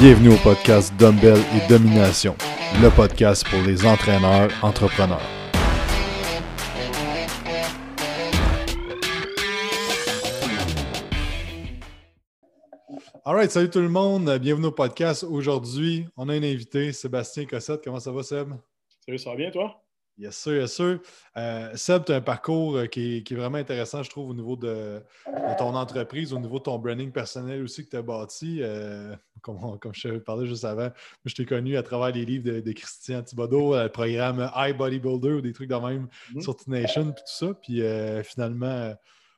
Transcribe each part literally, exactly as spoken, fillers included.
Bienvenue au podcast Dumbbell et Domination, le podcast pour les entraîneurs entrepreneurs. Alright, salut tout le monde, bienvenue au podcast. Aujourd'hui, on a un invité, Sébastien Cossette. Comment ça va, Seb? Salut, ça va bien, toi? Yes, sir, yes, sir. Euh, Seb, tu as un parcours qui est, qui est vraiment intéressant, je trouve, au niveau de, de ton entreprise, au niveau de ton branding personnel aussi que tu as bâti. Euh, comme, comme je te parlais juste avant, moi, je t'ai connu à travers les livres de, de Christian Thibodeau, le programme High Bodybuilder ou des trucs de même mm-hmm. sur T-Nation, puis tout ça. Puis euh, finalement,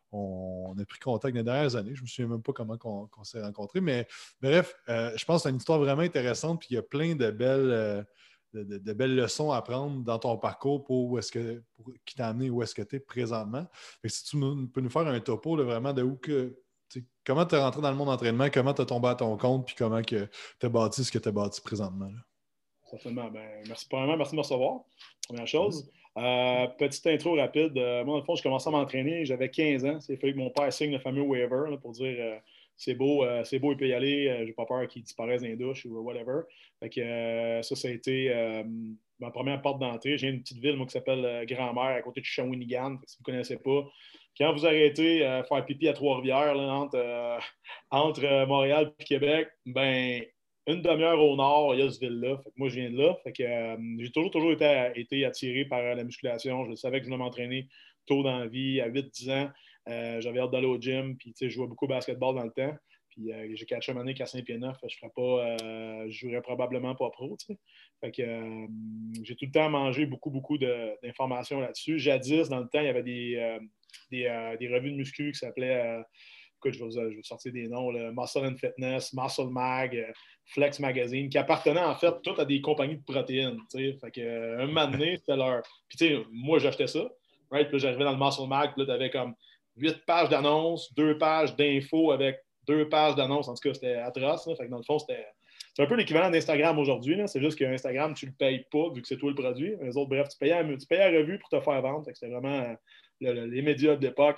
on, on a pris contact dans les dernières années. Je ne me souviens même pas comment on, on s'est rencontrés. Mais bref, euh, je pense que c'est une histoire vraiment intéressante. Puis il y a plein de belles. Euh, De, de, de belles leçons à prendre dans ton parcours pour où est-ce que, pour, qui t'a amené où est-ce que tu es présentement. Fait que si tu nous, peux nous faire un topo là, vraiment de où que, comment tu es rentré dans le monde d'entraînement, comment tu as tombé à ton compte, puis comment tu as bâti ce que tu as bâti présentement. Là. Certainement. Ben, merci, premièrement, merci de me recevoir. Première chose. Euh, petite intro rapide. Euh, moi, dans le fond, je commençais à m'entraîner, j'avais quinze ans. C'est fait que mon père signe le fameux waiver là, pour dire euh, c'est beau, euh, c'est beau, il peut y aller, euh, j'ai pas peur qu'il disparaisse dans les douches ou whatever. Fait que euh, ça, ça a été euh, ma première porte d'entrée. J'ai une petite ville, moi, qui s'appelle euh, Grand-Mère, à côté de Shawinigan. Si vous ne connaissez pas, quand vous arrêtez euh, faire pipi à Trois-Rivières, là, entre, euh, entre euh, Montréal et Québec, ben une demi-heure au nord, il y a cette ville-là. Fait que moi, je viens de là. Fait que, euh, j'ai toujours, toujours été, été attiré par la musculation. Je savais que je voulais m'entraîner tôt dans la vie, à huit dix ans. Euh, j'avais hâte d'aller au gym, puis je jouais beaucoup au basketball dans le temps. Puis euh, j'ai catché un année qu'à cinq pieds neuf, je ferais pas, euh, je jouerais probablement pas pro. T'sais. Fait que euh, j'ai tout le temps mangé beaucoup, beaucoup de, d'informations là-dessus. Jadis, dans le temps, il y avait des, euh, des, euh, des revues de muscu qui s'appelaient. Euh, Écoute, je vais, je vais sortir des noms, là, Muscle and Fitness, Muscle Mag, euh, Flex Magazine, qui appartenaient en fait toutes à des compagnies de protéines. T'sais. Fait que, euh, un moment donné, c'était leur. Puis, tu sais, moi, j'achetais ça. Right? Puis là, j'arrivais dans le Muscle Mag, puis là, tu avais comme huit pages d'annonces, deux pages d'infos avec deux pages d'annonces. En tout cas, c'était atroce. Là. Fait que dans le fond, c'était. C'est un peu l'équivalent d'Instagram aujourd'hui. Là. C'est juste qu'Instagram, tu ne le payes pas vu que c'est toi le produit. Les autres, bref, tu payais, tu payais la revue pour te faire vendre. Fait que c'était vraiment euh, le, le, les médias de l'époque.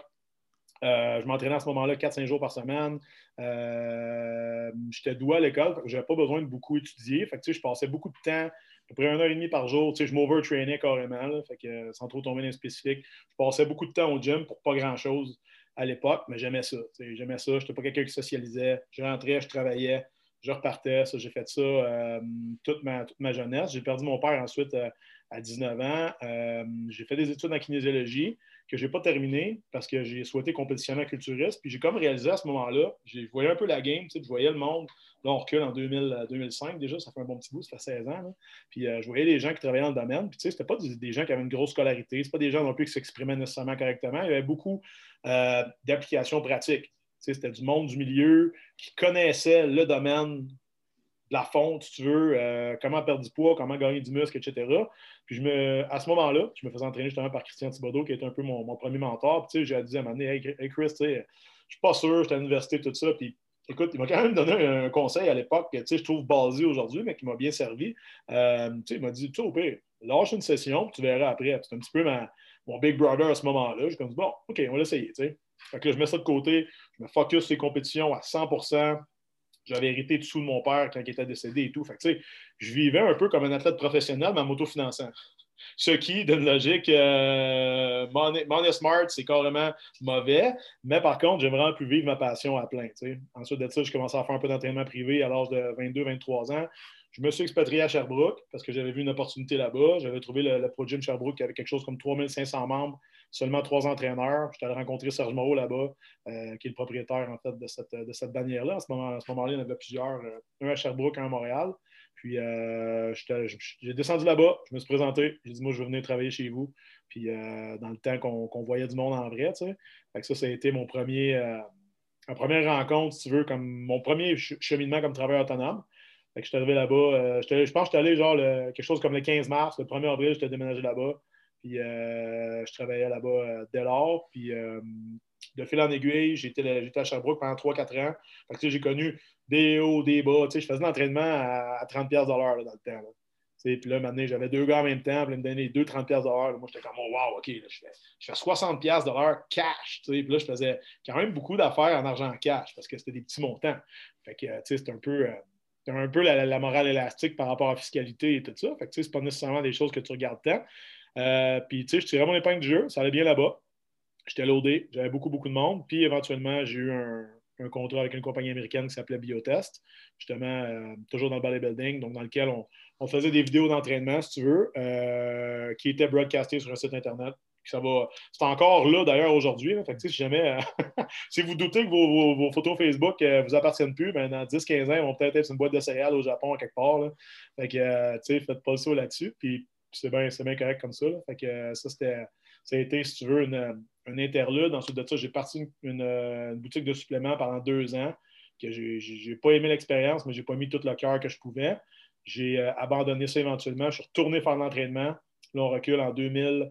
Euh, je m'entraînais à ce moment-là quatre à cinq jours par semaine. Euh, j'étais doué à l'école, je n'avais pas besoin de beaucoup étudier. Fait que, je passais beaucoup de temps, à peu près une heure et demie par jour. Je m'overtrainais carrément, là, fait que, sans trop tomber dans les spécifiques. Je passais beaucoup de temps au gym pour pas grand-chose à l'époque, mais j'aimais ça. J'aimais ça. Je n'étais pas quelqu'un qui socialisait. Je rentrais, je travaillais, je repartais. Ça, j'ai fait ça euh, toute, ma, toute ma jeunesse. J'ai perdu mon père ensuite euh, à dix-neuf ans. Euh, j'ai fait des études en kinésiologie que je n'ai pas terminé parce que j'ai souhaité compétitionner en culturiste. Puis j'ai comme réalisé à ce moment-là, je voyais un peu la game, je voyais le monde. Là, on recule en deux mille, deux mille cinq déjà, ça fait un bon petit bout, ça fait seize ans. Là. Puis euh, je voyais les gens qui travaillaient dans le domaine. Puis tu sais, c'était pas des, des gens qui avaient une grosse scolarité, c'est pas des gens non plus qui s'exprimaient nécessairement correctement. Il y avait beaucoup euh, d'applications pratiques. Tu sais, c'était du monde du milieu qui connaissait le domaine de la fonte, si tu veux, euh, comment perdre du poids, comment gagner du muscle, et cetera. Puis je me, à ce moment-là, je me faisais entraîner justement par Christian Thibodeau, qui était un peu mon, mon premier mentor. Puis tu sais, j'ai dit à un moment donné, hey, hey Chris, tu sais, je suis pas sûr, j'étais à l'université, tout ça. Puis écoute, il m'a quand même donné un conseil à l'époque que tu sais, je trouve basé aujourd'hui, mais qui m'a bien servi. Euh, tu sais, il m'a dit, tu sais, au pire, lâche une session, puis tu verras après. Puis c'est un petit peu ma, mon big brother à ce moment-là. J'ai comme dit, bon, OK, on va l'essayer, tu sais. Fait que là, je mets ça de côté, je me focus sur les compétitions à cent pour cent. J'avais hérité du sous de mon père quand il était décédé et tout. Fait que, je vivais un peu comme un athlète professionnel, mais en m'autofinançant. Ce qui, d'une logique, euh, money, money smart, c'est carrément mauvais. Mais par contre, j'aimerais vraiment plus vivre ma passion à plein. T'sais. Ensuite de ça, je commençais à faire un peu d'entraînement privé à l'âge de vingt-deux vingt-trois ans. Je me suis expatrié à Sherbrooke parce que j'avais vu une opportunité là-bas. J'avais trouvé le, le Pro Gym Sherbrooke qui avait quelque chose comme trois mille cinq cents membres, seulement trois entraîneurs. J'étais allé rencontrer Serge Moreau là-bas, euh, qui est le propriétaire en fait de cette, de cette bannière-là. À ce, moment, à ce moment-là, il y en avait plusieurs, euh, un à Sherbrooke, un à Montréal. Puis euh, j'ai descendu là-bas, je me suis présenté, j'ai dit moi je veux venir travailler chez vous. Puis euh, dans le temps qu'on qu'on voyait du monde en vrai, tu sais. Fait que ça, ça a été mon premier, euh, ma première rencontre, si tu veux, comme mon premier cheminement comme travailleur autonome. Fait que je suis arrivé là-bas, euh, je pense que je suis allé genre le, quelque chose comme le quinze mars, le premier avril, j'étais déménagé là-bas. Puis euh, je travaillais là-bas euh, dès lors. Puis euh, de fil en aiguille, j'étais à Sherbrooke pendant trois quatre ans. Fait que j'ai connu des hauts, des bas. Je faisais de l'entraînement à, à trente dollars de l'heure dans le temps. Là. Puis là, maintenant, j'avais deux gars en même temps, puis ils me donnaient deux trente dollars de l'heure. Moi, j'étais comme, oh, wow, OK, là, je, fais, je fais soixante dollars de l'heure cash. Puis là, je faisais quand même beaucoup d'affaires en argent cash parce que c'était des petits montants. Fait que, tu sais, c'est un peu. Euh, tu as un peu la, la morale élastique par rapport à la fiscalité et tout ça. Fait que, tu sais, c'est pas nécessairement des choses que tu regardes tant. Euh, puis, tu sais, je tirais mon épingle du jeu. Ça allait bien là-bas. J'étais loadé. J'avais beaucoup, beaucoup de monde. Puis, éventuellement, j'ai eu un, un contrat avec une compagnie américaine qui s'appelait Biotest, justement, euh, toujours dans le bodybuilding, donc dans lequel on, on faisait des vidéos d'entraînement, si tu veux, euh, qui étaient broadcastées sur un site Internet. Ça va, c'est encore là, d'ailleurs, aujourd'hui. Là. Fait que, si jamais, euh, si vous doutez que vos, vos, vos photos Facebook ne euh, vous appartiennent plus, ben, dans dix quinze ans, ils vont peut-être être une boîte de céréales au Japon, à quelque part. Là. Fait que, euh, tu sais, faites pas le saut là-dessus. Puis, c'est bien, c'est bien correct comme ça. Là. Fait que, euh, ça, c'était, ça a été, si tu veux, une, un interlude. Ensuite de ça, j'ai parti une, une, une boutique de suppléments pendant deux ans. Que j'ai n'ai pas aimé l'expérience, mais je n'ai pas mis tout le cœur que je pouvais. J'ai euh, abandonné ça éventuellement. Je suis retourné faire l'entraînement. Là, on recule en deux mille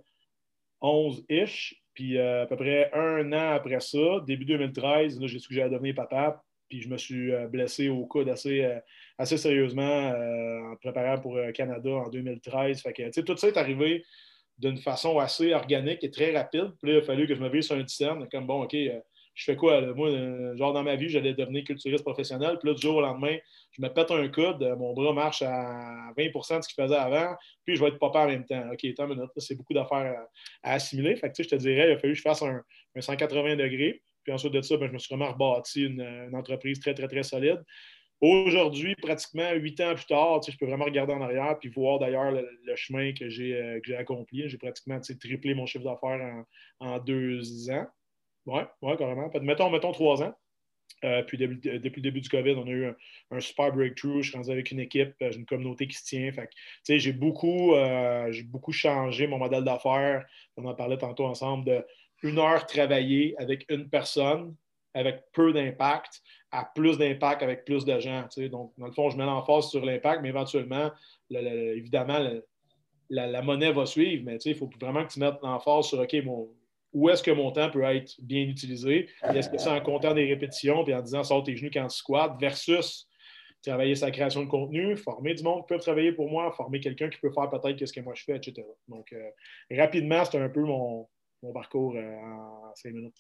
onze-ish. Puis euh, à peu près un an après ça, début deux mille treize, là, j'ai su que j'allais devenir papa. Puis je me suis euh, blessé au coude assez, euh, assez sérieusement euh, en préparant pour euh, Canada en deux mille treize. Fait que, tout ça est arrivé d'une façon assez organique et très rapide. Puis là, il a fallu que je me vire sur un dixième. Comme bon, OK, euh, je fais quoi? Là? Moi, euh, genre dans ma vie, j'allais devenir culturiste professionnel. Puis là, du jour au lendemain, je me pète un coude, euh, mon bras marche à vingt pour cent de ce qu'il faisait avant, puis je vais être papa en même temps. OK, attends une minute, là, c'est beaucoup d'affaires à, à assimiler. Fait que, tu sais, je te dirais, il a fallu que je fasse un, un cent quatre-vingts degrés. Puis ensuite de ça, ben, je me suis vraiment rebâti une, une entreprise très, très, très solide. Aujourd'hui, pratiquement huit ans plus tard, je peux vraiment regarder en arrière puis voir d'ailleurs le, le chemin que j'ai, euh, que j'ai accompli. J'ai pratiquement triplé mon chiffre d'affaires en, en deux ans. Oui, ouais, carrément. Mettons, mettons trois ans. Euh, puis depuis, depuis, le début du COVID, on a eu un, un super breakthrough. Je suis rendu avec une équipe, j'ai une communauté qui se tient. Fait que, j'ai, beaucoup, euh, j'ai beaucoup changé mon modèle d'affaires. On en parlait tantôt ensemble de une heure travaillée avec une personne, avec peu d'impact, à plus d'impact avec plus de gens. T'sais. Donc, dans le fond, je mets l'emphase sur l'impact, mais éventuellement, le, le, évidemment, le, la, la monnaie va suivre, mais il faut vraiment que tu mettes l'emphase sur OK, mon, où est-ce que mon temps peut être bien utilisé? Et est-ce que c'est en comptant des répétitions puis en disant sors tes genoux quand tu squattes versus travailler sa création de contenu, former du monde qui peut travailler pour moi, former quelqu'un qui peut faire peut-être ce que moi je fais, et cetera. Donc, euh, rapidement, c'est un peu mon, mon parcours euh, en cinq minutes.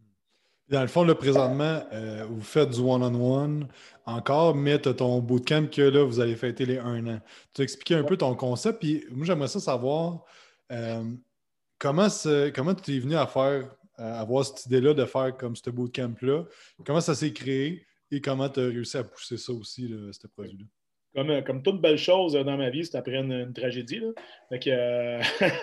Dans le fond, là, présentement, euh, vous faites du one-on-one encore, mais tu as ton bootcamp que là, vous allez fêter les un an. Tu as expliqué un peu ton concept, puis moi, j'aimerais ça savoir euh, comment, comment tu es venu à faire, à avoir cette idée-là de faire comme ce bootcamp-là, comment ça s'est créé et comment tu as réussi à pousser ça aussi, là, ce produit-là. Comme, comme toute belle chose dans ma vie, c'est après une, une tragédie. Là. Fait que, euh...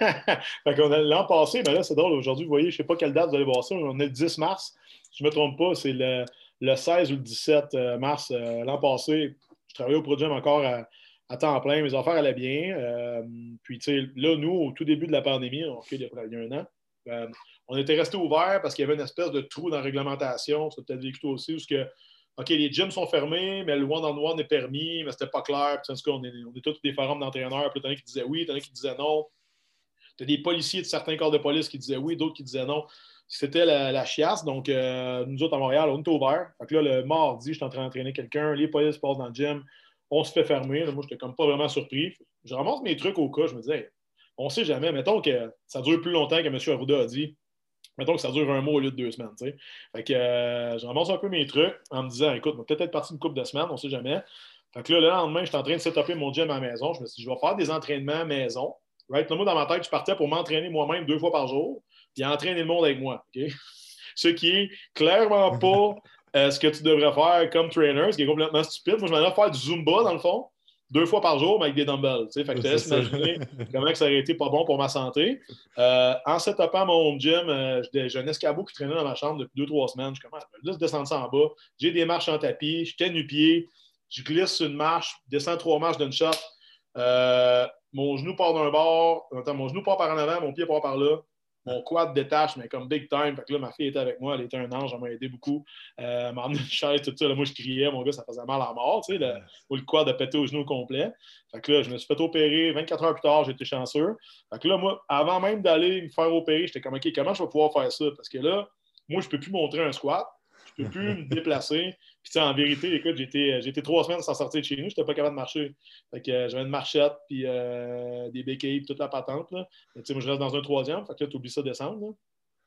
fait qu'on a, l'an passé, ben là, c'est drôle, aujourd'hui, vous voyez, je ne sais pas quelle date vous allez voir ça, on est le dix mars, si je ne me trompe pas, c'est le, le seize ou le dix-sept mars. Euh, l'an passé, je travaillais au Produit encore à, à temps plein, mes affaires allaient bien. Euh, puis, tu sais, là, nous, au tout début de la pandémie, on fait il y a un an, euh, on était resté ouvert parce qu'il y avait une espèce de trou dans la réglementation, ça peut-être vécu toi aussi, où ce que OK, les gyms sont fermés, mais le one-on-one est permis, mais c'était pas clair. Puis, en tout cas, on est, on est tous des forums d'entraîneurs. Puis, il y en a qui disaient oui, il y en a qui disaient non. Tu as des policiers de certains corps de police qui disaient oui, d'autres qui disaient non. C'était la, la chiasse. Donc, euh, nous autres, à Montréal, on est ouvert. Fait que là, le mardi, je suis en train d'entraîner quelqu'un. Les polices passent dans le gym. On se fait fermer. Là, moi, je n'étais comme pas vraiment surpris. Je ramasse mes trucs au cas. Je me disais, hey, on ne sait jamais. Mettons que ça dure plus longtemps que M. Arruda a dit. Mettons que ça dure un mois au lieu de deux semaines. T'sais. Fait que euh, je ramasse un peu mes trucs en me disant, écoute, on va peut-être être parti une couple de semaines, on ne sait jamais. Fait que là, le lendemain, je suis en train de setuper mon gym à la maison. Je me suis dit, je vais faire des entraînements à maison. Right? Là, moi, dans ma tête, je partais pour m'entraîner moi-même deux fois par jour, puis entraîner le monde avec moi. Okay? Ce qui est clairement pas euh, ce que tu devrais faire comme trainer, ce qui est complètement stupide. Moi, je m'en vais faire du Zumba, dans le fond, deux fois par jour, mais avec des dumbbells. Fait que je te laisse imaginer comment que ça aurait été pas bon pour ma santé. Euh, en setupant mon home gym, euh, j'ai un escabeau qui traînait dans ma chambre depuis deux, trois semaines. Je commence à juste descendre ça en bas. J'ai des marches en tapis, je tiens nu-pied, je glisse sur une marche, descends trois marches d'une shot. Euh, mon genou part d'un bord, attends, mon genou part par en avant, mon pied part par là. Mon quad détache, mais comme big time. Fait que là, ma fille était avec moi, elle était un ange, elle m'a aidé beaucoup. Euh, elle m'a emmené une chaise, tout ça. Là, moi, je criais, mon gars, ça faisait mal à mort, tu sais, le, ou le quad a pété au genou complet. Fait que là, je me suis fait opérer. vingt-quatre heures plus tard, j'étais chanceux. Fait que là, moi, avant même d'aller me faire opérer, j'étais comme, OK, comment je vais pouvoir faire ça? Parce que là, moi, je ne peux plus montrer un squat. Je ne peux plus me déplacer. Puis, en vérité, écoute, j'ai été, j'ai été trois semaines sans sortir de chez nous. Je n'étais pas capable de marcher. Fait que euh, j'avais une marchette, puis euh, des béquilles, puis toute la patente. Là. Mais, moi, je reste dans un troisième. Fait que là, tu oublies ça descendre. Là.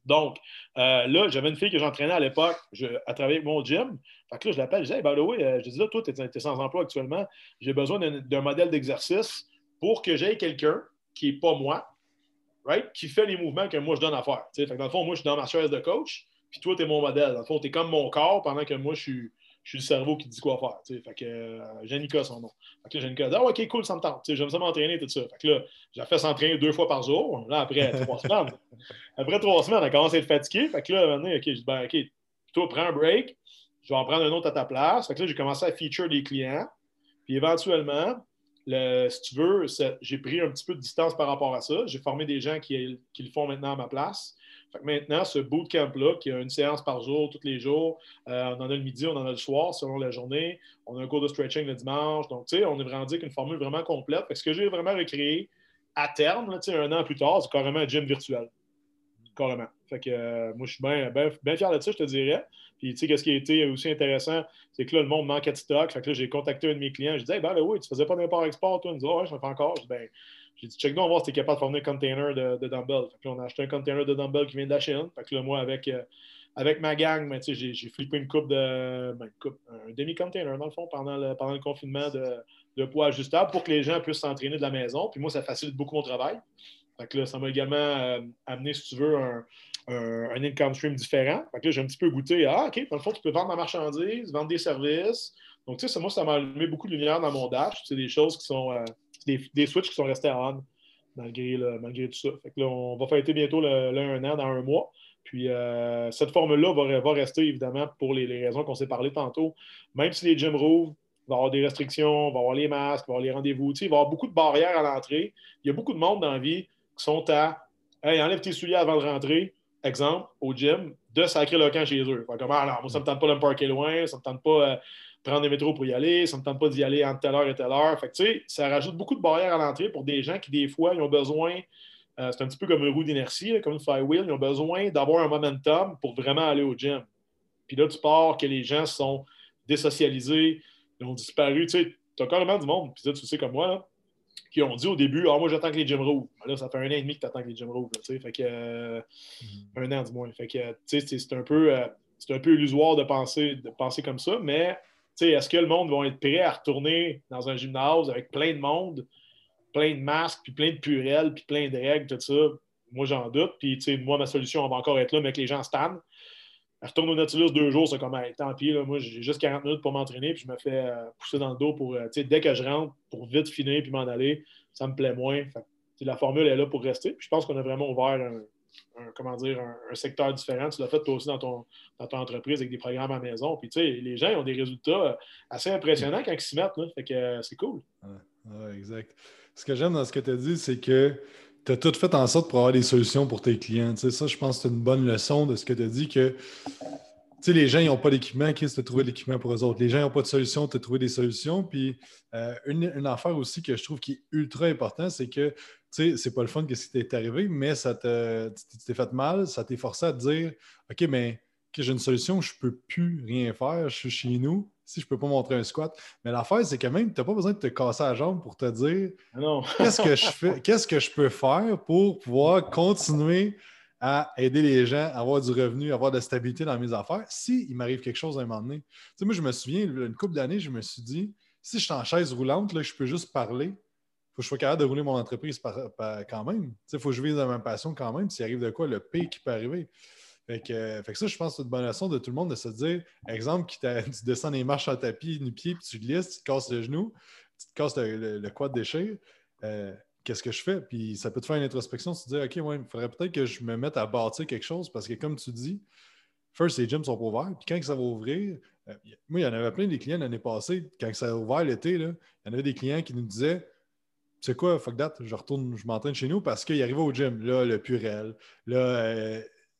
Donc, euh, là, j'avais une fille que j'entraînais à l'époque, je, à travailler avec mon gym. Fait que là, je l'appelle, je dis, hey, by the way, euh, je dis là, toi, tu es sans emploi actuellement, j'ai besoin d'un, d'un modèle d'exercice pour que j'aie quelqu'un qui n'est pas moi, right, qui fait les mouvements que moi, je donne à faire. Fait que dans le fond, moi, je suis dans ma chaise de coach, puis toi, tu es mon modèle. Dans le fond, tu es comme mon corps pendant que moi, je suis, je suis le cerveau qui te dit quoi faire. T'sais. Fait que euh, Janica, son nom. Fait que là, Janica dit, ah, OK, cool, ça me tente. J'aime ça m'entraîner, tout ça. Fait que là, j'ai fait s'entraîner deux fois par jour. Là, après trois semaines. Après trois semaines, elle commence à être fatiguée. Fait que là, maintenant, OK, je dis, ben, OK, toi, prends un break. Je vais en prendre un autre à ta place. Fait que là, j'ai commencé à feature des clients. Puis éventuellement, le, si tu veux, j'ai pris un petit peu de distance par rapport à ça. J'ai formé des gens qui, qui le font maintenant à ma place. Fait que maintenant, ce bootcamp-là, qui a une séance par jour, tous les jours, euh, on en a le midi, on en a le soir, selon la journée. On a un cours de stretching le dimanche. Donc, tu sais, on est vraiment dit qu'une formule vraiment complète. Fait que ce que j'ai vraiment recréé à terme, là, un an plus tard, c'est carrément un gym virtuel. Carrément. Fait que euh, moi, je suis bien ben, ben fier de ça, je te dirais. Puis, tu sais, qu'est-ce qui a été aussi intéressant, c'est que là, le monde manquait de stock. Fait que là, j'ai contacté un de mes clients. Je disais, hey, ben là, oui, tu faisais pas d'import-export, toi. Il me dit, oh, ouais, je le fais encore. Je dis, ben, j'ai dit, check donc, on va voir si tu es capable de fournir un container de, de dumbbell. Fait que là, on a acheté un container de dumbbell qui vient de la Chine. Fait que là, moi, avec, euh, avec ma gang, ben, tu sais, j'ai, j'ai flippé une coupe de. Ben, une coupe, un demi-container, dans le fond, pendant le, pendant le confinement de, de poids ajustable pour que les gens puissent s'entraîner de la maison. Puis moi, ça facilite beaucoup mon travail. Fait que là, ça m'a également euh, amené, si tu veux, un, un, un income stream différent. Fait que là, j'ai un petit peu goûté à, ah, OK, dans le fond, tu peux vendre ma marchandise, vendre des services. Donc, tu sais, moi, ça m'a allumé beaucoup de lumière dans mon dash. C'est des choses qui sont, euh, des, des switches qui sont restés à on, malgré, le, malgré tout ça. Fait que là, on va fêter bientôt le, le un an dans un mois. Puis, euh, cette formule-là va, va rester, évidemment, pour les, les raisons qu'on s'est parlé tantôt. Même si les gyms rouvrent, il va y avoir des restrictions, il va y avoir les masques, il va y avoir les rendez-vous. Tu sais, il va y avoir beaucoup de barrières à l'entrée. Il y a beaucoup de monde dans la vie qui sont à hey, enlève tes souliers avant de rentrer, exemple, au gym, de sacrer le camp chez eux. Fait comme, ah non, moi, ça ne me tente pas de me parker loin, ça ne me tente pas euh, prendre des métros pour y aller, ça ne me tente pas d'y aller entre telle heure et telle heure. Fait que, tu sais, ça rajoute beaucoup de barrières à l'entrée pour des gens qui, des fois, ils ont besoin, euh, c'est un petit peu comme une roue d'inertie, là, comme une flywheel, ils ont besoin d'avoir un momentum pour vraiment aller au gym. Puis là, tu pars que les gens sont désocialisés, ils ont disparu. Tu sais, tu as carrément du monde, puis ça, tu sais comme moi, là, qui ont dit au début, ah, moi, j'attends que les gyms rouvrent. Là, ça fait un an et demi que tu attends que les gyms rouvrent. Là, fait que, euh, mm-hmm. Un an du moins. Fait que, c'est, c'est, un peu, euh, c'est un peu illusoire de penser, de penser comme ça, mais est-ce que le monde va être prêt à retourner dans un gymnase avec plein de monde, plein de masques, puis plein de purelles, puis plein de règles, tout ça? Moi, j'en doute. Puis, moi, ma solution, on va encore être là, mais que les gens stannent. Elle retourne au Nautilus deux jours, c'est comme, hey, tant pis, là, moi, j'ai juste quarante minutes pour m'entraîner, puis je me fais euh, pousser dans le dos pour, euh, dès que je rentre, pour vite finir puis m'en aller, ça me plaît moins. Fait, la formule est là pour rester. Puis je pense qu'on a vraiment ouvert un, un comment dire, un, un secteur différent. Tu l'as fait toi aussi dans ton, dans ton entreprise avec des programmes à la maison. Puis, tu sais, les gens ils ont des résultats assez impressionnants quand ils s'y mettent. Là. Fait que euh, c'est cool. Ouais, ouais, exact. Ce que j'aime dans ce que tu as dit, c'est que tu as tout fait en sorte pour avoir des solutions pour tes clients. Tu sais, ça, je pense que c'est une bonne leçon de ce que tu as dit, que tu sais, les gens, ils n'ont pas d'équipement, qui tu as trouvé l'équipement pour eux autres. Les gens n'ont pas de solution, tu as trouvé des solutions. Puis, euh, une, une affaire aussi que je trouve qui est ultra important, c'est que, tu sais, c'est pas le fun que ce qui t'est arrivé, mais ça te, tu t'es fait mal, ça t'est forcé à te dire, OK, mais okay, j'ai une solution, je ne peux plus rien faire, je suis chez nous, si je ne peux pas montrer un squat. Mais l'affaire, c'est que même, tu n'as pas besoin de te casser la jambe pour te dire, non. qu'est-ce que je fais, qu'est-ce que je peux faire pour pouvoir continuer à aider les gens à avoir du revenu, à avoir de la stabilité dans mes affaires, s'il m'arrive quelque chose à un moment donné. Tu sais, moi, je me souviens, une couple d'années, je me suis dit, si je suis en chaise roulante, là, je peux juste parler, il faut que je sois capable de rouler mon entreprise par, par, quand même. Il faut que je vise dans ma passion quand même. S'il arrive de quoi, le pire qui peut arriver. Fait que, euh, fait que ça, je pense que c'est une bonne leçon de tout le monde de se dire, exemple, qui tu descends les marches en tapis, nu-pied, puis tu glisses, tu te casses le genou, tu te casses le, le, le quad déchire. Euh, Qu'est-ce que je fais? Puis ça peut te faire une introspection, se dire, OK, ouais, il faudrait peut-être que je me mette à bâtir quelque chose parce que, comme tu dis, first, les gyms sont pas ouverts. Puis quand ça va ouvrir, euh, moi, il y en avait plein des clients l'année passée. Quand ça a ouvert l'été, là, il y en avait des clients qui nous disaient, tu sais quoi, fuck that, je retourne, je m'entraîne chez nous parce qu'il arrivait au gym. Là, le Purel, là, euh,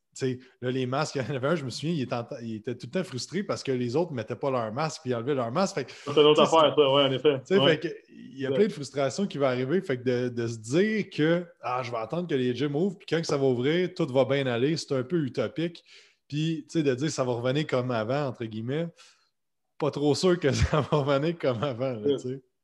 là, les masques, il y en avait un, je me souviens, il était, en, il était tout le temps frustré parce que les autres ne mettaient pas leur masque puis ils enlevaient leur masque. Fait, c'est une autre affaire, ça, oui, en effet. Ouais. Fait que, il y a plein de frustrations qui vont arriver. Fait que de, de se dire que ah, je vais attendre que les gyms ouvrent, puis quand ça va ouvrir, tout va bien aller, c'est un peu utopique. Puis de dire que ça va revenir comme avant, entre guillemets, pas trop sûr que ça va revenir comme avant. Là,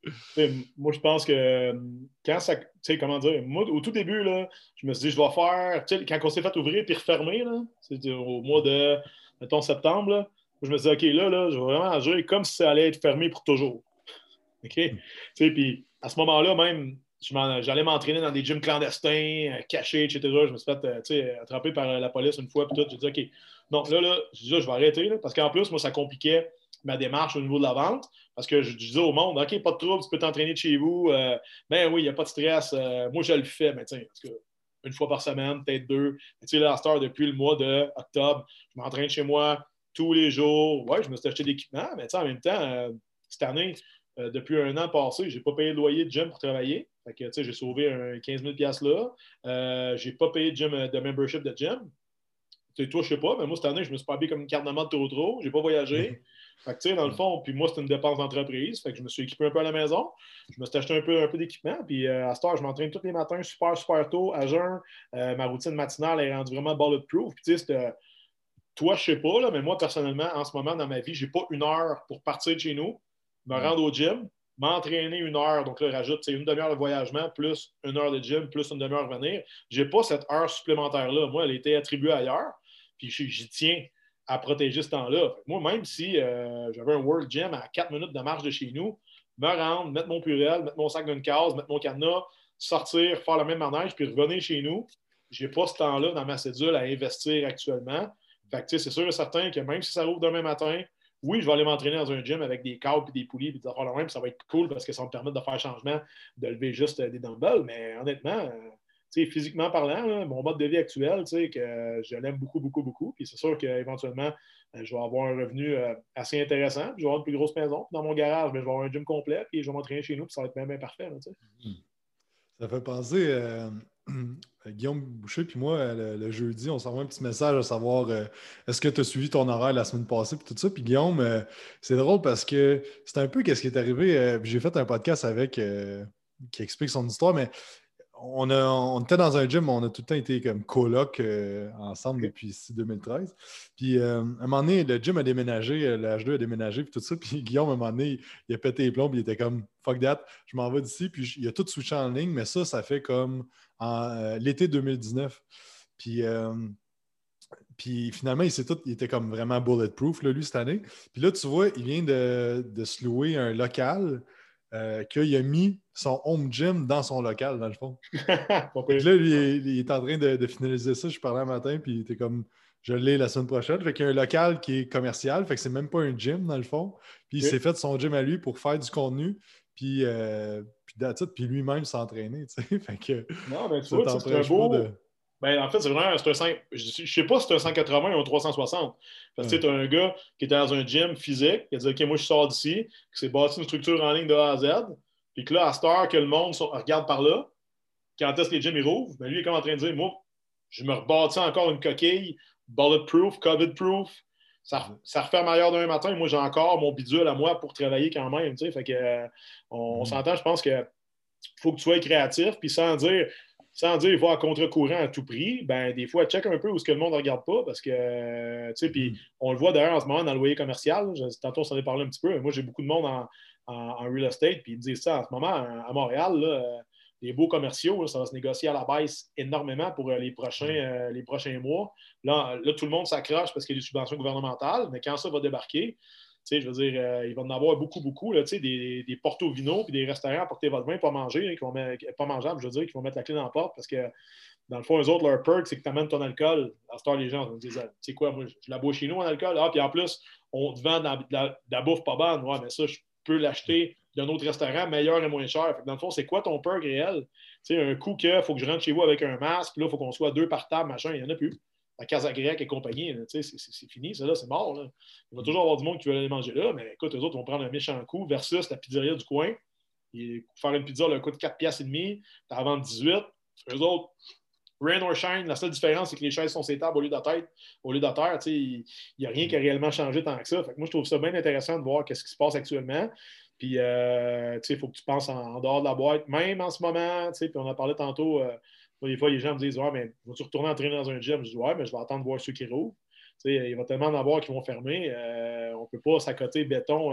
T'sais, moi, je pense que quand ça. Tu sais, comment dire? Moi, au tout début, là, je me suis dit, je vais faire. Tu sais, quand on s'est fait ouvrir puis refermer, là, c'était au mois de, mettons, septembre, là, je me suis dit, OK, là, là, je vais vraiment agir comme si ça allait être fermé pour toujours. OK? Tu sais, puis à ce moment-là, même, j'allais m'entraîner dans des gyms clandestins, euh, cachés, et cetera. Je me suis fait euh, tu sais, attraper par euh, la police une fois, puis tout. J'ai dit, OK, non, là, là, je, dis, là, je vais arrêter, là, parce qu'en plus, moi, ça compliquait ma démarche au niveau de la vente, parce que je, je disais au monde, OK, pas de trouble, tu peux t'entraîner de chez vous. Euh, ben oui, il n'y a pas de stress. Euh, moi, je le fais, mais tiens, parce que une fois par semaine, peut-être deux. Tu sais, là, à cette heure, depuis le mois d'octobre, je m'entraîne chez moi tous les jours. Ouais, je me suis acheté d'équipement, mais tu sais, en même temps, euh, cette année, euh, depuis un an passé, je n'ai pas payé de loyer de gym pour travailler. Fait que, j'ai sauvé un quinze mille là. Euh, je n'ai pas payé de, gym, de membership de gym. T'sais, toi, je sais pas, mais moi, cette année, je me suis pas habillé comme une carte de membre trop trop. Je n'ai pas voyagé. Fait que, tu sais, dans le fond, puis moi, c'est une dépense d'entreprise. Fait que je me suis équipé un peu à la maison. Je me suis acheté un peu, un peu d'équipement. Puis euh, à cette heure, je m'entraîne tous les matins super, super tôt, à jeun. Euh, ma routine matinale est rendue vraiment bulletproof. Puis, tu sais, euh, toi, je sais pas, là, mais moi, personnellement, en ce moment, dans ma vie, j'ai pas une heure pour partir de chez nous, me Ouais. rendre au gym, m'entraîner une heure. Donc là, je rajoute une demi-heure de voyagement, plus une heure de gym, plus une demi-heure revenir. J'ai pas cette heure supplémentaire-là. Moi, elle a été attribuée ailleurs. Puis j'y tiens à protéger ce temps-là. Moi, même si euh, j'avais un World Gym à quatre minutes de marche de chez nous, me rendre, mettre mon purel, mettre mon sac d'une case, mettre mon cadenas, sortir, faire le même manège, puis revenir chez nous, j'ai pas ce temps-là dans ma cédule à investir actuellement. Fait que, c'est sûr et certain que même si ça rouvre demain matin, oui, je vais aller m'entraîner dans un gym avec des câbles et des poulies et des affaires de même, puis ça va être cool parce que ça va me permettre de faire changement, de lever juste des dumbbells. Mais honnêtement, euh, physiquement parlant, là, mon mode de vie actuel, que je l'aime beaucoup, beaucoup, beaucoup. Puis c'est sûr qu'éventuellement, euh, je vais avoir un revenu euh, assez intéressant. Puis je vais avoir une plus grosse maison. Puis dans mon garage, ben, je vais avoir un gym complet. Puis je vais m'entraîner chez nous. Puis ça va être même bien parfait. Là, Ça fait penser, euh, Guillaume Boucher, puis moi, le, le jeudi, on s'envoie un petit message à savoir euh, est-ce que tu as suivi ton horaire la semaine passée, puis tout ça. Puis Guillaume, euh, c'est drôle parce que c'est un peu qu'est-ce qui est arrivé. Euh, puis j'ai fait un podcast avec euh, qui explique son histoire, mais on, a, on était dans un gym, on a tout le temps été comme coloc euh, ensemble OK. depuis deux mille treize. Puis euh, à un moment donné, le gym a déménagé, euh, le H deux a déménagé, puis tout ça. Puis Guillaume, à un moment donné, il a pété les plombs, puis il était comme fuck that, je m'en vais d'ici. Puis il a tout switché en ligne, mais ça, ça fait comme en, euh, l'été deux mille dix-neuf. Puis. Euh, puis finalement, il, s'est tout, il était comme vraiment bulletproof, là, lui, cette année. Puis là, tu vois, il vient de, de se louer un local euh, qu'il a mis son home gym dans son local, dans le fond. Pas Fait que pire. là, lui, il, il est en train de, de finaliser ça. Je parlais un matin, puis il était comme, je l'ai la semaine prochaine. Fait qu'il y a un local qui est commercial, fait que c'est même pas un gym, dans le fond. Puis il OK. s'est fait son gym à lui pour faire du contenu, puis, euh, puis, that's it, puis lui-même s'entraîner, tu sais. Fait que Non, ben tu ça vois, tu sais, c'est un t'empêche pas de... beau. Ben, en fait, c'est vraiment c'est un cinq. Je ne sais pas si c'est un cent quatre-vingts ou un trois cent soixante. Parce que Ouais. tu as un gars qui était dans un gym physique, qui a dit OK, moi je sors d'ici, qui s'est bâti une structure en ligne de A à Z, puis que là, à cette heure que le monde sont- regarde par là, quand est-ce que les gyms ils rouvrent, ben lui il est comme en train de dire moi, je me rebâtis encore une coquille, bulletproof, COVID-proof. Ça, ça referme ailleurs d'un matin. Moi, j'ai encore mon bidule à moi pour travailler quand même. Tu sais, fait que, euh, on, on Mhm. s'entend, je pense que faut que tu sois créatif, puis sans dire, sans dire il faut à contre-courant à tout prix, ben des fois, check un peu où ce que le monde ne regarde pas, parce que, euh, tu sais, puis Mhm. on le voit d'ailleurs en ce moment dans le loyer commercial. Je, tantôt, on s'en est parlé un petit peu. Mais moi, j'ai beaucoup de monde en, en, en real estate, puis ils me disent ça en ce moment, à Montréal, là, euh, les beaux commerciaux, là, ça va se négocier à la baisse énormément pour euh, les, prochains, Ouais. euh, les prochains mois. Là, là, tout le monde s'accroche parce qu'il y a des subventions gouvernementales, mais quand ça va débarquer, tu sais, je veux dire, euh, il va en avoir beaucoup, beaucoup, là, tu sais, des, des porto-vino puis des restaurants à porter votre vin, pas manger, hein, qui vont mettre, pas mangeable, je veux dire, qui vont mettre la clé dans la porte parce que, dans le fond, eux autres, leur perk, c'est que tu amènes ton alcool. À ce temps, les gens vont dire, tu sais quoi, moi, je la bois chez nous, mon alcool. Ah, puis en plus, on te vend de la, de la, de la bouffe pas bonne. Ouais, mais ça, je peux l'acheter d'un autre restaurant meilleur et moins cher. Fait que dans le fond, c'est quoi ton perk réel? Tu sais, un coup qu'il faut que je rentre chez vous avec un masque, puis là, il faut qu'on soit deux par table, machin, il n'y en a plus. La casa grecque et compagnie, c'est fini, ça là, c'est mort. Là. Il va toujours avoir du monde qui veut aller manger là, mais écoute, eux autres vont prendre un méchant coup versus la pizzeria du coin. Et faire une pizza, leur coûte quatre piastres et demi, t'as à vendre dix-huit. Eux autres, rain or shine, la seule différence, c'est que les chaises sont sétables au lieu de tête, au lieu de terre. Il n'y a rien qui a réellement changé tant que ça. Fait que moi, je trouve ça bien intéressant de voir ce qui se passe actuellement. Puis, euh, il faut que tu penses en, en, dehors de la boîte, même en ce moment. Puis, on a parlé tantôt. Euh, des fois, les gens me disent ouais, mais vas-tu retourner entraîner dans un gym? Je dis ouais, mais je vais attendre de voir ceux qui rouvrent. Il va tellement en avoir qui vont fermer. Euh, on ne peut pas s'accoter béton euh,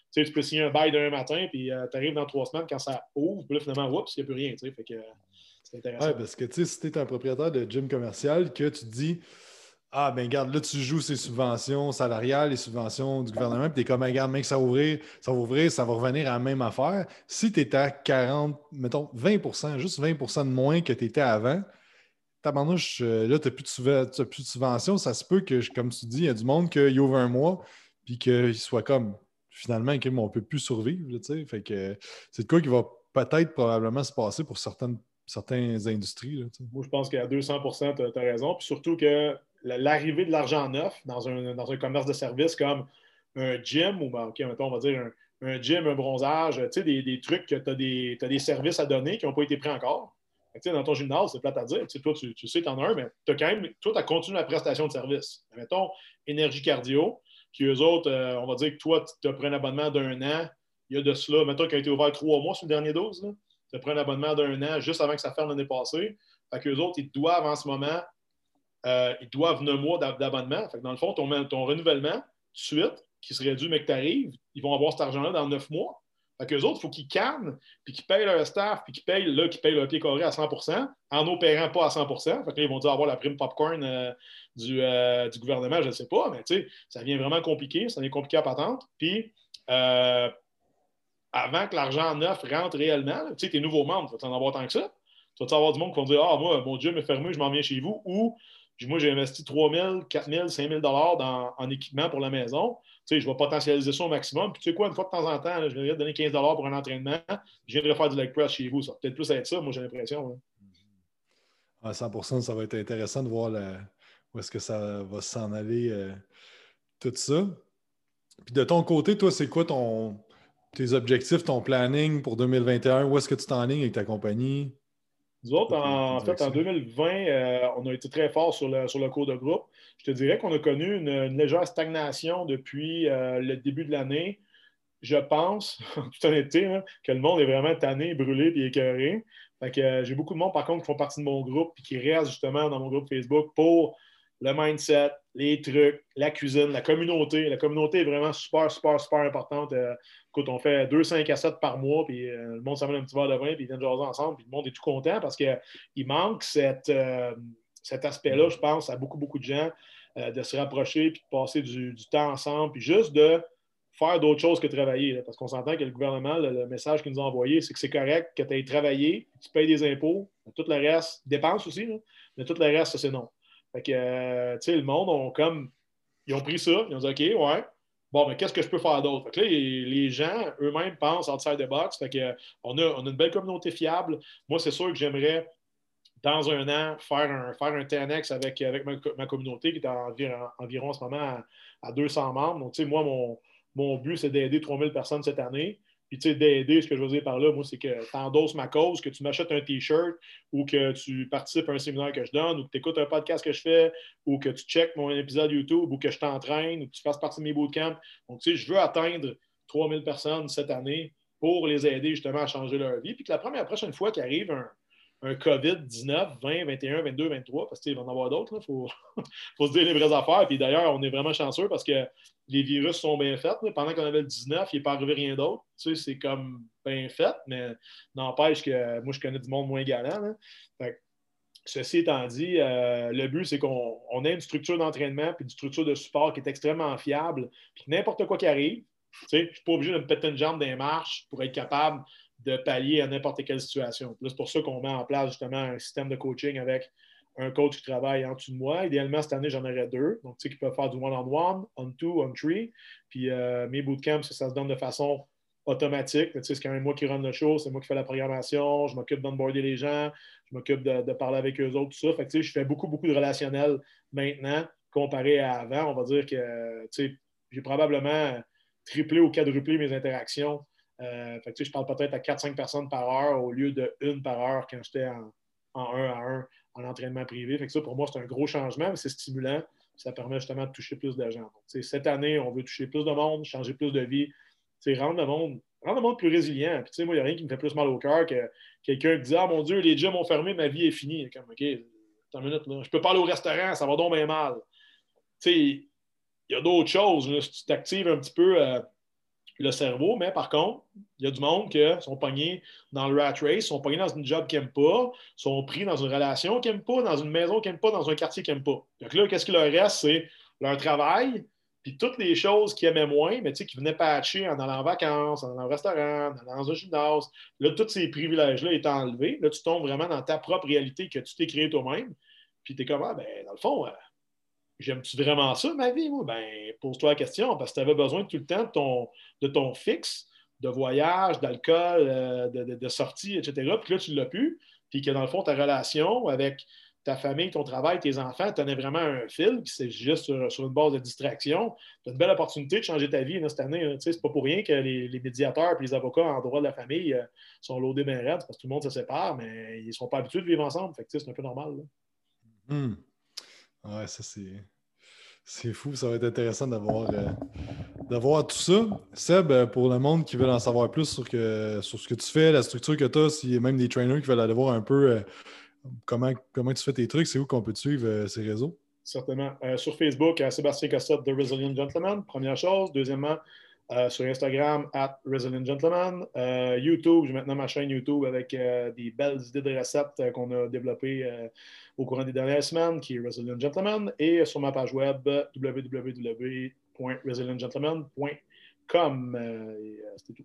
sais, tu peux signer un bail d'un matin, puis euh, tu arrives dans trois semaines quand ça ouvre, puis là, finalement, oups, il n'y a plus rien. Tu sais, fait que euh, c'est intéressant. Ouais, parce que tu sais, si tu es un propriétaire de gym commercial, que tu te dis ah, ben regarde, là, tu joues ces subventions salariales, les subventions du gouvernement, puis tu es comme, ben, regarde, mec, ça va ouvrir, ça va ouvrir, ça va revenir à la même affaire. Si tu es à quarante, mettons, vingt pour cent, juste vingt pour cent de moins que tu étais avant, tabarnouche, euh, là, tu n'as plus, de subven- t'as plus de subventions. Ça se peut que, je- comme tu dis, il y a du monde qui ouvre un mois, puis qu'il soit comme, finalement, OK, mais on ne peut plus survivre, là, tu sais. Fait que c'est de quoi qui va peut-être probablement se passer pour certaines, certaines industries, là, tu sais. Moi, je pense qu'à deux cents pour cent, tu as raison. Puis surtout que l'arrivée de l'argent neuf dans un, dans un commerce de services comme un gym, ou ben, OK, mettons, on va dire un, un gym, un bronzage, tu sais, des, des trucs que tu as des, t'as des services à donner qui n'ont pas été pris encore. Fait que, tu sais, dans ton gymnase, c'est plate à dire. Tu sais, toi, tu, tu sais, tu en as un, mais tu as quand même, toi, tu as continué la prestation de service. Mettons, énergie cardio, qui eux autres, euh, on va dire que toi, tu as pris un abonnement d'un an. Il y a de cela, mettons, qui a été ouvert trois mois sur le dernier dose, là. Tu as pris un abonnement d'un an juste avant que ça ferme l'année passée. Fait qu'eux autres, ils doivent en ce moment, euh, ils doivent neuf mois d'abonnement. Fait que dans le fond, ton, ton renouvellement, tout de suite, qui serait dû, mais que tu arrives, ils vont avoir cet argent-là dans neuf mois. Fait qu'eux autres, il faut qu'ils cannent, puis qu'ils payent leur staff, puis qu'ils payent, là, qu'ils payent leur pied carré à cent pour cent, en opérant pas à cent pour cent. Fait que là, ils vont dire avoir la prime popcorn euh, du, euh, du gouvernement, je ne sais pas, mais tu sais, ça devient vraiment compliqué, ça devient compliqué à patente. Puis, euh, avant que l'argent neuf rentre réellement, tu sais, tes nouveaux membres, tu vas en avoir tant que ça. Tu vas avoir du monde qui vont dire ah, moi, mon gym est fermé, je m'en viens chez vous. Ou moi, j'ai investi trois mille, quatre mille, cinq mille dollars dans, en équipement pour la maison. Tu sais, je vais potentialiser ça au maximum. Puis tu sais quoi, une fois de temps en temps, là, je vais donner quinze dollars pour un entraînement. Je viendrai faire du leg press chez vous. Ça va peut-être plus être ça, moi, j'ai l'impression. Hein. À cent pour cent, ça va être intéressant de voir la- où est-ce que ça va s'en aller, euh, tout ça. Puis de ton côté, toi, c'est quoi ton, tes objectifs, ton planning pour deux mille vingt et un? Où est-ce que tu t'enlignes avec ta compagnie? Nous autres, Tes, tes en, en fait, en directions? deux mille vingt, euh, on a été très fort sur le, sur le cours de groupe. Je te dirais qu'on a connu une, une légère stagnation depuis euh, le début de l'année. Je pense, en toute honnêteté, hein, que le monde est vraiment tanné, brûlé et écœuré. Fait que, euh, j'ai beaucoup de monde, par contre, qui font partie de mon groupe et qui restent justement dans mon groupe Facebook pour le mindset, les trucs, la cuisine, la communauté. La communauté est vraiment super, super, super importante. Euh, écoute, on fait deux, cinq à sept par mois, puis euh, le monde s'amène un petit verre de vin, puis ils viennent jaser ensemble, puis le monde est tout content parce qu'il manque cette, euh, cet aspect-là, je pense, à beaucoup, beaucoup de gens, euh, de se rapprocher, puis de passer du, du temps ensemble, puis juste de faire d'autres choses que travailler. Là, parce qu'on s'entend que le gouvernement, le, le message qu'il nous a envoyé, c'est que c'est correct que tu aies travaillé, tu payes des impôts, tout le reste, dépenses aussi, là, mais tout le reste, ça, c'est non. Fait que, euh, tu sais, le monde, ont comme, ils ont pris ça, ils ont dit, OK, ouais, bon, mais qu'est-ce que je peux faire d'autre? Fait que là, les, les gens eux-mêmes pensent outside the box. Fait que, euh, on, a, on a une belle communauté fiable. Moi, c'est sûr que j'aimerais, dans un an, faire un, faire un T N X avec, avec ma, ma communauté qui est environ, environ en ce moment à, à deux cents membres. Donc, tu sais, moi, mon, mon but, c'est d'aider trois mille personnes cette année. Puis, tu sais, d'aider, ce que je veux dire par là, moi, c'est que tu endosses ma cause, que tu m'achètes un T-shirt ou que tu participes à un séminaire que je donne ou que tu écoutes un podcast que je fais ou que tu checkes mon épisode YouTube ou que je t'entraîne ou que tu fasses partie de mes bootcamps. Donc, tu sais, je veux atteindre trois mille personnes cette année pour les aider justement à changer leur vie. Puis que la première, la prochaine fois qu'arrive un, un COVID dix-neuf, vingt, vingt et un, vingt-deux, vingt-trois, parce qu'il va y en avoir d'autres, il faut, faut se dire les vraies affaires. Puis d'ailleurs, on est vraiment chanceux parce que les virus sont bien faits. Là. Pendant qu'on avait le dix-neuf, il n'est pas arrivé rien d'autre. Tu sais, c'est comme bien fait, mais n'empêche que moi, je connais du monde moins galant. Là. Fait que, ceci étant dit, euh, le but, c'est qu'on on ait une structure d'entraînement puis une structure de support qui est extrêmement fiable. Puis n'importe quoi qui arrive, tu sais, je ne suis pas obligé de me péter une jambe dans les marches pour être capable de pallier à n'importe quelle situation. Là, c'est pour ça qu'on met en place justement un système de coaching avec un coach qui travaille en dessous de moi. Idéalement, cette année, j'en aurais deux. Donc, tu sais, qui peuvent faire du one-on-one, on-two, on-three. Puis euh, mes bootcamps, ça, ça se donne de façon automatique. Tu sais, c'est quand même moi qui run le show, c'est moi qui fais la programmation, je m'occupe d'onboarder les gens, je m'occupe de, de parler avec eux autres, tout ça. Fait que, tu sais, je fais beaucoup, beaucoup de relationnel maintenant comparé à avant. On va dire que tu sais, j'ai probablement triplé ou quadruplé mes interactions. Euh, fait que, tu sais, je parle peut-être à quatre cinq personnes par heure au lieu de une par heure quand j'étais en, en un à un en entraînement privé. Fait que ça, pour moi, c'est un gros changement, mais c'est stimulant. Ça permet justement de toucher plus de gens. Donc, cette année, on veut toucher plus de monde, changer plus de vie, rendre le monde, rendre le monde plus résilient. Puis, moi, il n'y a rien qui me fait plus mal au cœur que quelqu'un qui dit ah mon Dieu, les gyms ont fermé, ma vie est finie. Comme, OK, attends une minute, là. Je peux pas aller au restaurant, ça va donc bien mal. Il y a d'autres choses. Là, si tu t'actives un petit peu. Euh, le cerveau, mais par contre, il y a du monde qui sont pognés dans le rat race, sont pognés dans une job qu'ils n'aiment pas, sont pris dans une relation qu'ils n'aiment pas, dans une maison qu'ils n'aiment pas, dans un quartier qu'ils n'aiment pas. Donc là, qu'est-ce qui leur reste? C'est leur travail, puis toutes les choses qu'ils aimaient moins, mais tu sais, qui venaient patcher en allant en vacances, en allant au restaurant, en allant dans un gymnase. Là, tous ces privilèges-là étant enlevés, là, tu tombes vraiment dans ta propre réalité que tu t'es créée toi-même, puis tu es comme, ah, ben, dans le fond, euh, j'aime-tu vraiment ça, ma vie? Moi? Ben, pose-toi la question, parce que tu avais besoin tout le temps de ton, de ton fixe, de voyage, d'alcool, euh, de, de, de sortie, et cetera. Puis là, tu ne l'as plus. Puis que dans le fond, ta relation avec ta famille, ton travail, tes enfants, tu en as vraiment un fil, puis c'est juste sur, sur une base de distraction. Tu as une belle opportunité de changer ta vie là, cette année. Hein. C'est pas pour rien que les, les médiateurs et les avocats en droit de la famille euh, sont loadés bien raides, parce que tout le monde se sépare, mais ils ne sont pas habitués de vivre ensemble. Fait que c'est un peu normal. Là. Hmm. Ouais, ça c'est. C'est fou, ça va être intéressant d'avoir, euh, d'avoir tout ça. Seb, pour le monde qui veut en savoir plus sur, que, sur ce que tu fais, la structure que tu as, s'il y a même des trainers qui veulent aller voir un peu euh, comment, comment tu fais tes trucs, c'est où qu'on peut te suivre euh, ces réseaux? Certainement. Euh, sur Facebook, à Sébastien Cossette de Resilient Gentleman, première chose. Deuxièmement, euh, sur Instagram, at Resilient Gentleman. Euh, YouTube, j'ai maintenant ma chaîne YouTube avec euh, des belles idées de recettes euh, qu'on a développées euh, au courant des dernières semaines, qui est Resilient Gentleman. Et sur ma page web, w w w point resilient gentleman point com. Euh, et, euh, c'était tout.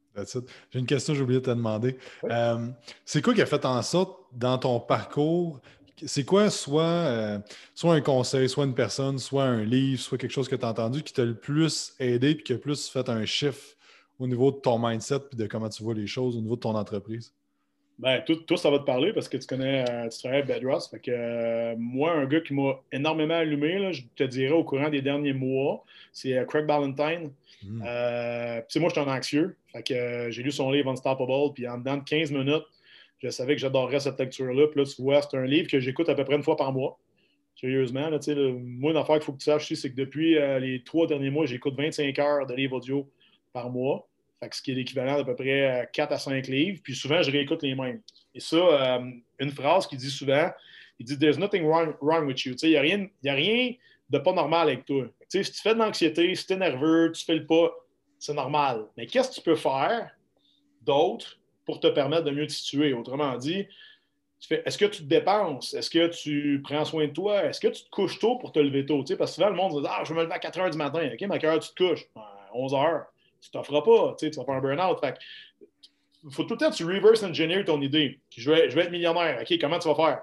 J'ai une question que j'ai oublié de te demander. Oui. Euh, c'est quoi qui a fait en sorte, dans ton parcours, c'est quoi soit, euh, soit un conseil, soit une personne, soit un livre, soit quelque chose que tu as entendu qui t'a le plus aidé et qui a le plus fait un shift au niveau de ton mindset et de comment tu vois les choses au niveau de ton entreprise? Ben, tout, tout ça va te parler parce que tu connais, euh, tu travailles avec Bedros. Fait que, euh, moi, un gars qui m'a énormément allumé, là, je te dirais au courant des derniers mois, c'est euh, Craig Ballantyne. Mm. Euh, tu sais, moi, je suis un anxieux. Fait que euh, j'ai lu son livre Unstoppable, puis en dedans de quinze minutes, je savais que j'adorerais cette lecture-là. Puis là, tu vois, c'est un livre que j'écoute à peu près une fois par mois. Sérieusement, là, tu sais, là, moi, une affaire qu'il faut que tu saches, c'est que depuis euh, les trois derniers mois, j'écoute vingt-cinq heures de livres audio par mois. Fait que ce qui est l'équivalent d'à peu près quatre à cinq livres. Puis souvent, je réécoute les mêmes. Et ça, euh, une phrase qu'il dit souvent, il dit « There's nothing wrong, wrong with you ». Il n'y a, a rien de pas normal avec toi. Si tu fais de l'anxiété, si tu es nerveux, tu fais le pas, c'est normal. Mais qu'est-ce que tu peux faire d'autre pour te permettre de mieux te situer? Autrement dit, tu fais, est-ce que tu te dépenses? Est-ce que tu prends soin de toi? Est-ce que tu te couches tôt pour te lever tôt? Parce que souvent, le monde dit « Ah, je vais me lever à quatre heures du matin. » OK, mais à quelle heure tu te couches? À onze heures. Tu ne t'offres pas. Tu vas faire un burn-out. Il faut tout le temps que tu reverse engineer ton idée. Je vais, je vais être millionnaire. OK, comment tu vas faire?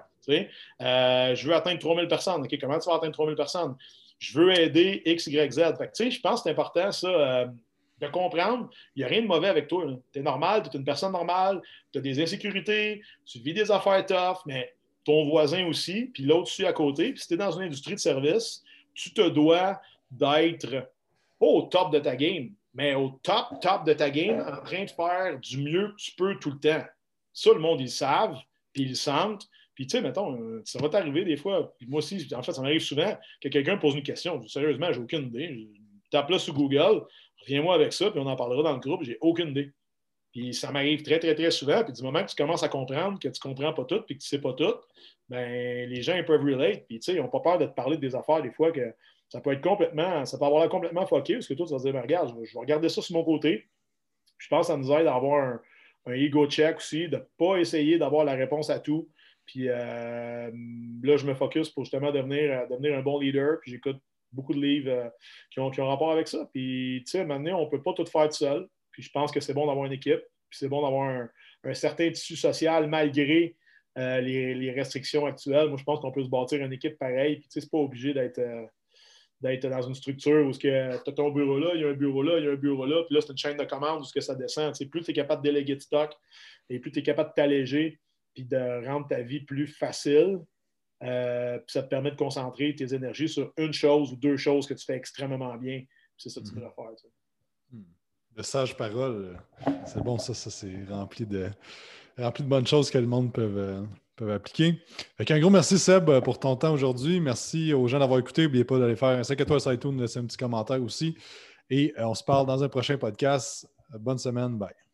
Euh, je veux atteindre trois mille personnes. OK, comment tu vas atteindre trois mille personnes? Je veux aider X, Y, Z. Fait que, je pense que c'est important, ça, euh, de comprendre. Il n'y a rien de mauvais avec toi. Tu es normal, tu es une personne normale, tu as des insécurités, tu vis des affaires tough, mais ton voisin aussi, puis l'autre dessus à côté. Puis si tu es dans une industrie de service, tu te dois d'être pas au top de ta game, mais au top, top de ta game, en train de faire du mieux que tu peux tout le temps. Ça, le monde, ils le savent, puis ils le sentent. Puis, tu sais, mettons, ça va t'arriver des fois. Puis moi aussi, en fait, ça m'arrive souvent que quelqu'un pose une question. Sérieusement, j'ai aucune idée. Je tape là sur Google, reviens-moi avec ça, puis on en parlera dans le groupe. J'ai aucune idée. Puis ça m'arrive très, très, très souvent. Puis du moment que tu commences à comprendre que tu ne comprends pas tout, puis que tu ne sais pas tout, ben les gens ils peuvent relate. Puis, tu sais, ils n'ont pas peur de te parler des affaires des fois que ça peut être complètement, ça peut avoir l'air complètement fucké, parce que toi, tu vas te dire, ben, regarde, je vais, je vais regarder ça sur mon côté. Je pense que ça nous aide à avoir un, un ego check aussi, de ne pas essayer d'avoir la réponse à tout. Puis euh, là, je me focus pour justement devenir, devenir un bon leader. Puis j'écoute beaucoup de livres euh, qui, ont, qui ont rapport avec ça. Puis, tu sais, maintenant, on ne peut pas tout faire tout seul. Puis je pense que c'est bon d'avoir une équipe. Puis c'est bon d'avoir un, un certain tissu social malgré euh, les, les restrictions actuelles. Moi, je pense qu'on peut se bâtir une équipe pareille. Puis, tu sais, c'est pas obligé d'être. Euh, d'être dans une structure où tu as ton bureau là, il y a un bureau là, il y a un bureau là, puis là, c'est une chaîne de commande où ce que ça descend. Tu sais, plus tu es capable de déléguer de stock et plus tu es capable de t'alléger puis de rendre ta vie plus facile, euh, puis ça te permet de concentrer tes énergies sur une chose ou deux choses que tu fais extrêmement bien. C'est ça que tu devrais faire. Tu sais. De sages paroles, c'est bon, ça, ça c'est rempli de, rempli de bonnes choses que le monde peut... Euh... peuvent appliquer. Fait un gros merci, Seb, pour ton temps aujourd'hui. Merci aux gens d'avoir écouté. N'oubliez pas d'aller faire un cinq étoiles sur iTunes, laisser un petit commentaire aussi. Et euh, on se parle dans un prochain podcast. Bonne semaine. Bye.